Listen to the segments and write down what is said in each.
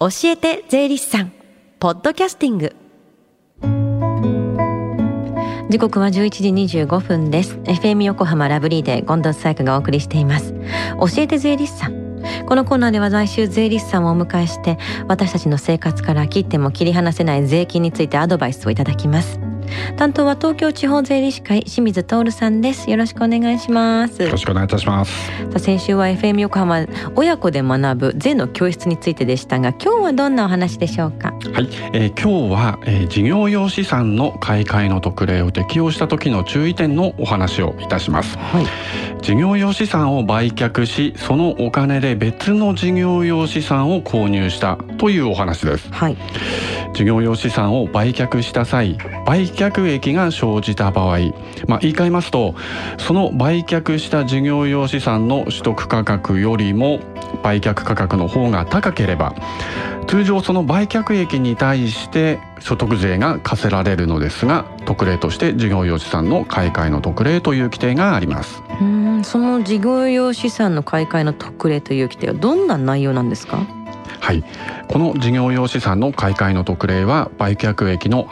教えて税理士さんポッドキャスティング。時刻は11時25分です。 FM 横浜ラブリーで近藤紗友香がお送りしています。教えて税理士さん。このコーナーでは毎週税理士さんをお迎えして、私たちの生活から切っても切り離せない税金についてアドバイスをいただきます。担当は東京地方税理士会清水徹さんです。よろしくお願いします。 よろしくお願いいたします。 先週は FM 横浜親子で学ぶ税の教室についてでしたが、今日はどんなお話でしょうか。 はい、今日は、事業用資産の買い替えの特例を適用した時の注意点のお話をいたします。 はい、 事業用資産を売却し、そのお金で別の事業用資産を購入したというお話です。 はい、 事業用資産を売却した際、売却益が生じた場合、言い換えますと、その売却した事業用資産の取得価格よりも売却価格の方が高ければ、通常その売却益に対して所得税が課せられるのですが、特例として事業用資産の買い替えの特例という規定があります。 その事業用資産の買い替えの特例という規定はどんな内容なんですか。 はい、この事業用資産の買い替えの特例は、売却益の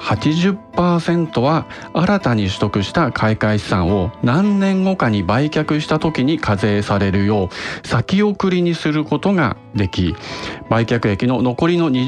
80% は新たに取得した買い替え資産を何年後かに売却した時に課税されるよう先送りにすることができ、売却益の残りの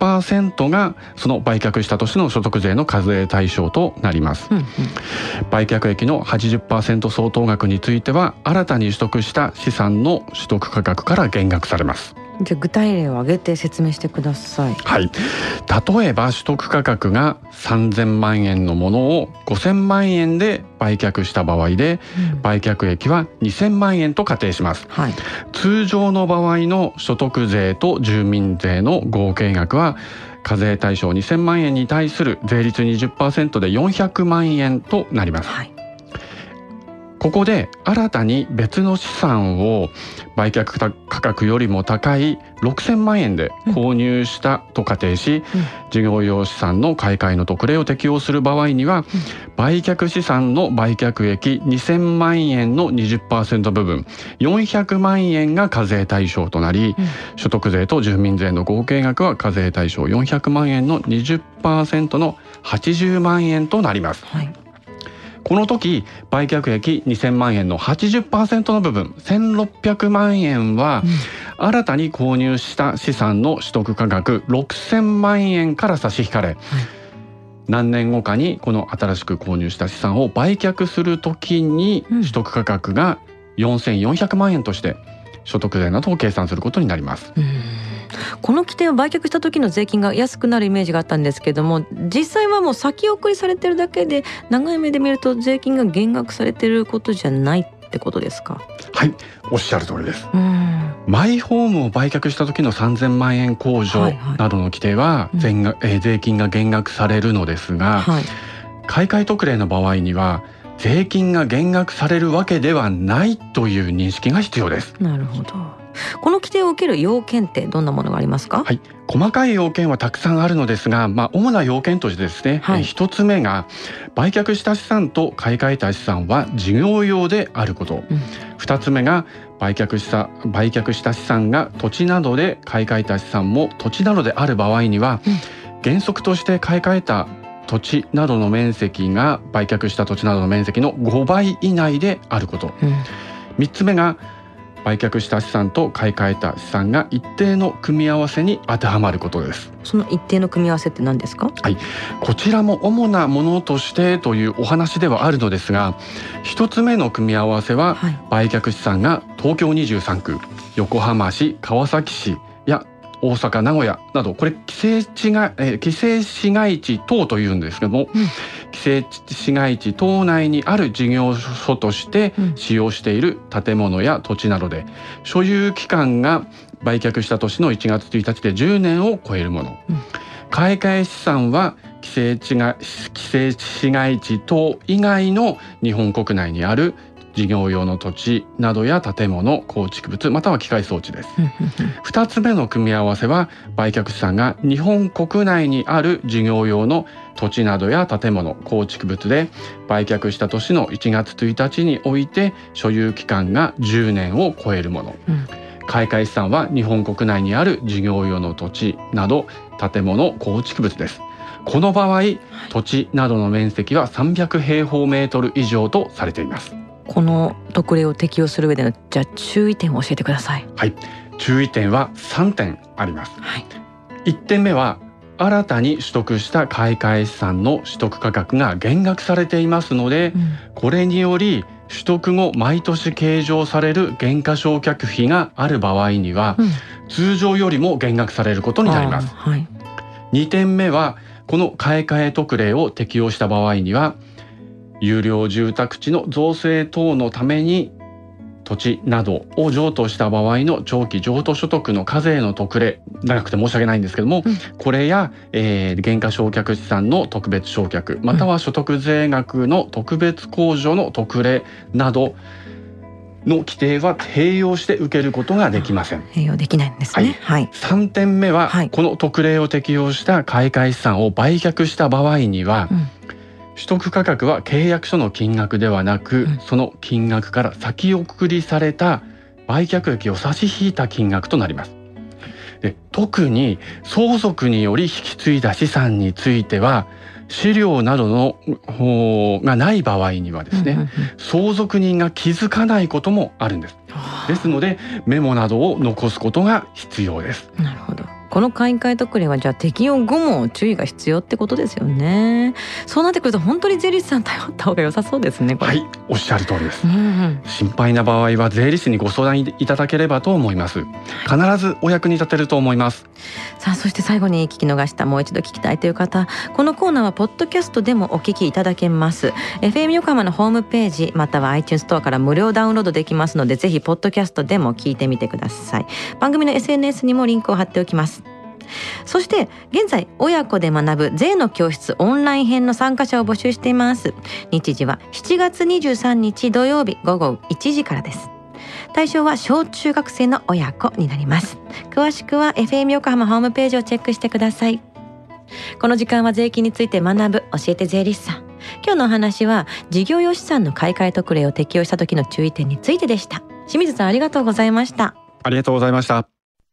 20% がその売却した年の所得税の課税対象となります。売却益の 80% 相当額については、新たに取得した資産の取得価格から減額されます。 じゃあ具体例を挙げて説明してください。 はい、例えば取得価格が3000万円のものを5000万円で売却した場合で、売却益は2000万円と仮定します。 はい、 通常の場合の所得税と住民税の合計額は、課税対象2000万円に対する税率 20% で400万円となります。 はい、 ここで新たに別の資産を売却価格よりも高い6000万円で購入したと仮定し、事業用資産の買い替えの特例を適用する場合には、売却資産の売却益2000万円の 20% 部分400万円が課税対象となり、所得税と住民税の合計額は課税対象400万円の 20% の80万円となります。 はい、 この時、売却益2000万円の 80% の部分1600万円は、新たに購入した資産の取得価格6000万円から差し引かれ、何年後かにこの新しく購入した資産を売却する時に取得価格が4400万円として所得税などを計算することになります。 この規定を売却した時の税金が安くなるイメージがあったんですけども、実際はもう先送りされてるだけで、長い目で見ると税金が減額されてることじゃないってことですか。 はい、おっしゃる通りです。マイホームを売却した時の3000万円控除などの規定は税金が減額されるのですが、買い替え特例の場合には税金が減額されるわけではないという認識が必要です。 なるほど。この規定を受ける要件ってどんなものがありますか。 はい、細かい要件はたくさんあるのですが、主な要件としてですね、一つ目が売却した資産と買い替えた資産は事業用であること、二つ目が売却した資産が土地などで、買い替えた資産も土地などである場合には、原則として買い替えた土地などの面積が売却した土地などの面積の5倍以内であること、三つ目が売却した資産と買い替えた資産が一定の組み合わせに当てはまることです。 その一定の組み合わせって何ですか。 はい、こちらも主なものとしてというお話ではあるのですが、一つ目の組み合わせは、売却資産が東京23区、横浜市、川崎市や大阪、名古屋など、これ規制市街地等というんですけども、規制市街地等内にある事業所として使用している建物や土地などで、所有期間が売却した年の1月1日で10年を超えるもの、買い替え資産は規制市街地等以外の日本国内にある事業用の土地などや建物、構築物または機械装置です。2つ目の組み合わせは、売却資産が日本国内にある事業用の土地などや建物、構築物で、売却した年の1月1日において所有期間が10年を超えるもの、 開会資産は日本国内にある事業用の土地など建物構築物です。この場合、土地などの面積は300平方メートル以上とされています。 この特例を適用する上でのじゃあ注意点を教えてください。 はい、注意点は3点あります。 はい、 1点目は新たに取得した開会資産の取得価格が減額されていますので、これにより取得後毎年計上される減価償却費がある場合には、通常よりも減額されることになります。 はい、 2点目はこの買い替え特例を適用した場合には、有料住宅地の造成等のために土地などを譲渡した場合の長期譲渡所得の課税の特例、長くて申し訳ないんですけども、これや、減価償却資産の特別償却、または所得税額の特別控除の特例などの規定は併用して受けることができません。 併用できないんですね。はい。 3点目は、この特例を適用した買い替え資産を売却した場合には、取得価格は契約書の金額ではなく、その金額から先送りされた売却益を差し引いた金額となります。で、特に相続により引き継いだ資産については、資料などのがない場合にはですね、相続人が気づかないこともあるんです。ですのでメモなどを残すことが必要です。 なるほど。この買い替え特例はじゃあ適用後も注意が必要ってことですよね。そうなってくると本当に税理士さん頼った方が良さそうですね。これ、 はい、おっしゃる通りです。心配な場合は税理士にご相談いただければと思います。必ずお役に立てると思います。 さあ、そして最後に聞き逃した、もう一度聞きたいという方、このコーナーはポッドキャストでもお聞きいただけます。 FM 横浜のホームページまたは iTunes ストアから無料ダウンロードできますので、ぜひポッドキャストでも聞いてみてください。番組の SNS にもリンクを貼っておきます。そして現在親子で学ぶ税の教室オンライン編の参加者を募集しています。日時は7月23日土曜日午後1時からです。対象は小中学生の親子になります。詳しくは FM 横浜ホームページをチェックしてください。この時間は税金について学ぶ教えて税理士さん。今日のお話は事業用資産の買い替え特例を適用した時の注意点についてでした。清水さん、ありがとうございました。 ありがとうございました。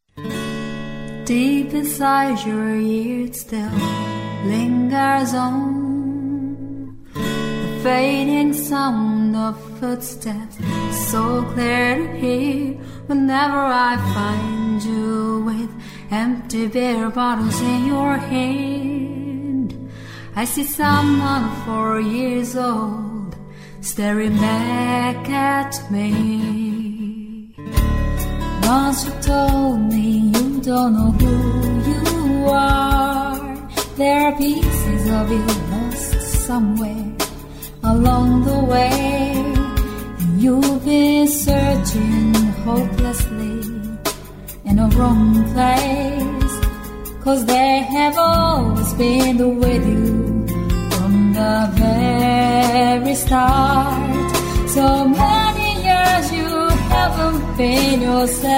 Deep inside your ears still lingers on the fading sound of footsteps, so clear to hear whenever I find you with empty beer bottles in your hand. I see someone 4 years old staring back at me.Once you told me you don't know who you are. There are pieces of you lost somewhere along the way, and you've been searching hopelessly in a wrong place, 'cause they have always been with you from the very start. So many years you haven't been yourself.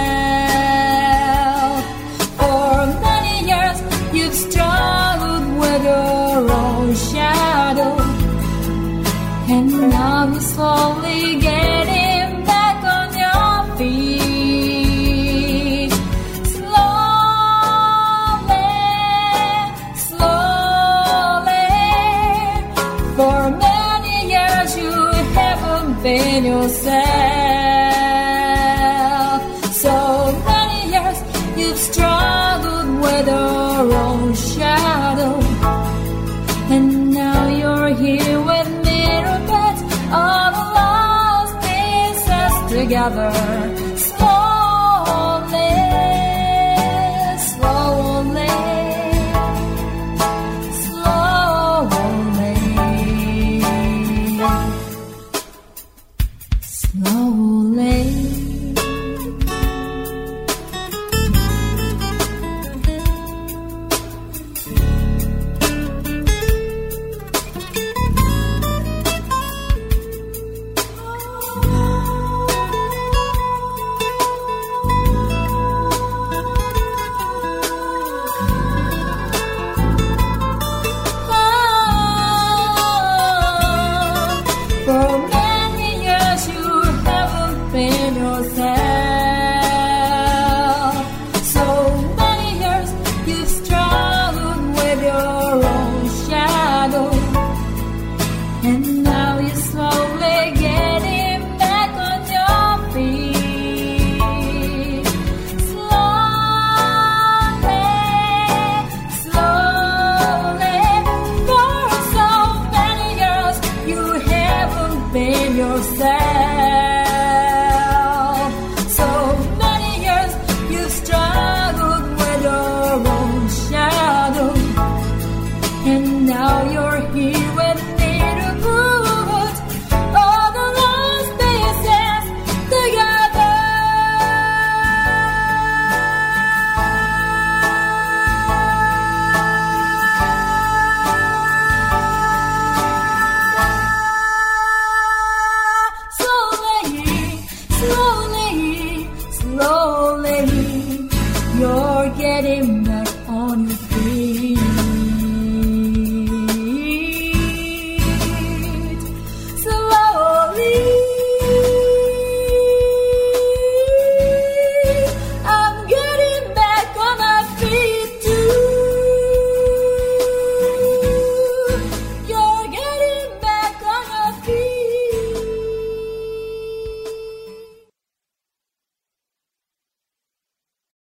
For many years you've struggled with your own shadow, and now you're slowly getting back on your feet. Slowly, slowly. For many years you haven't been yourself.So many years you've struggled with your own shadow, and now you're here with mirror beds, all the lost pieces together. Slowly, slowly, slowly.Slowly shine.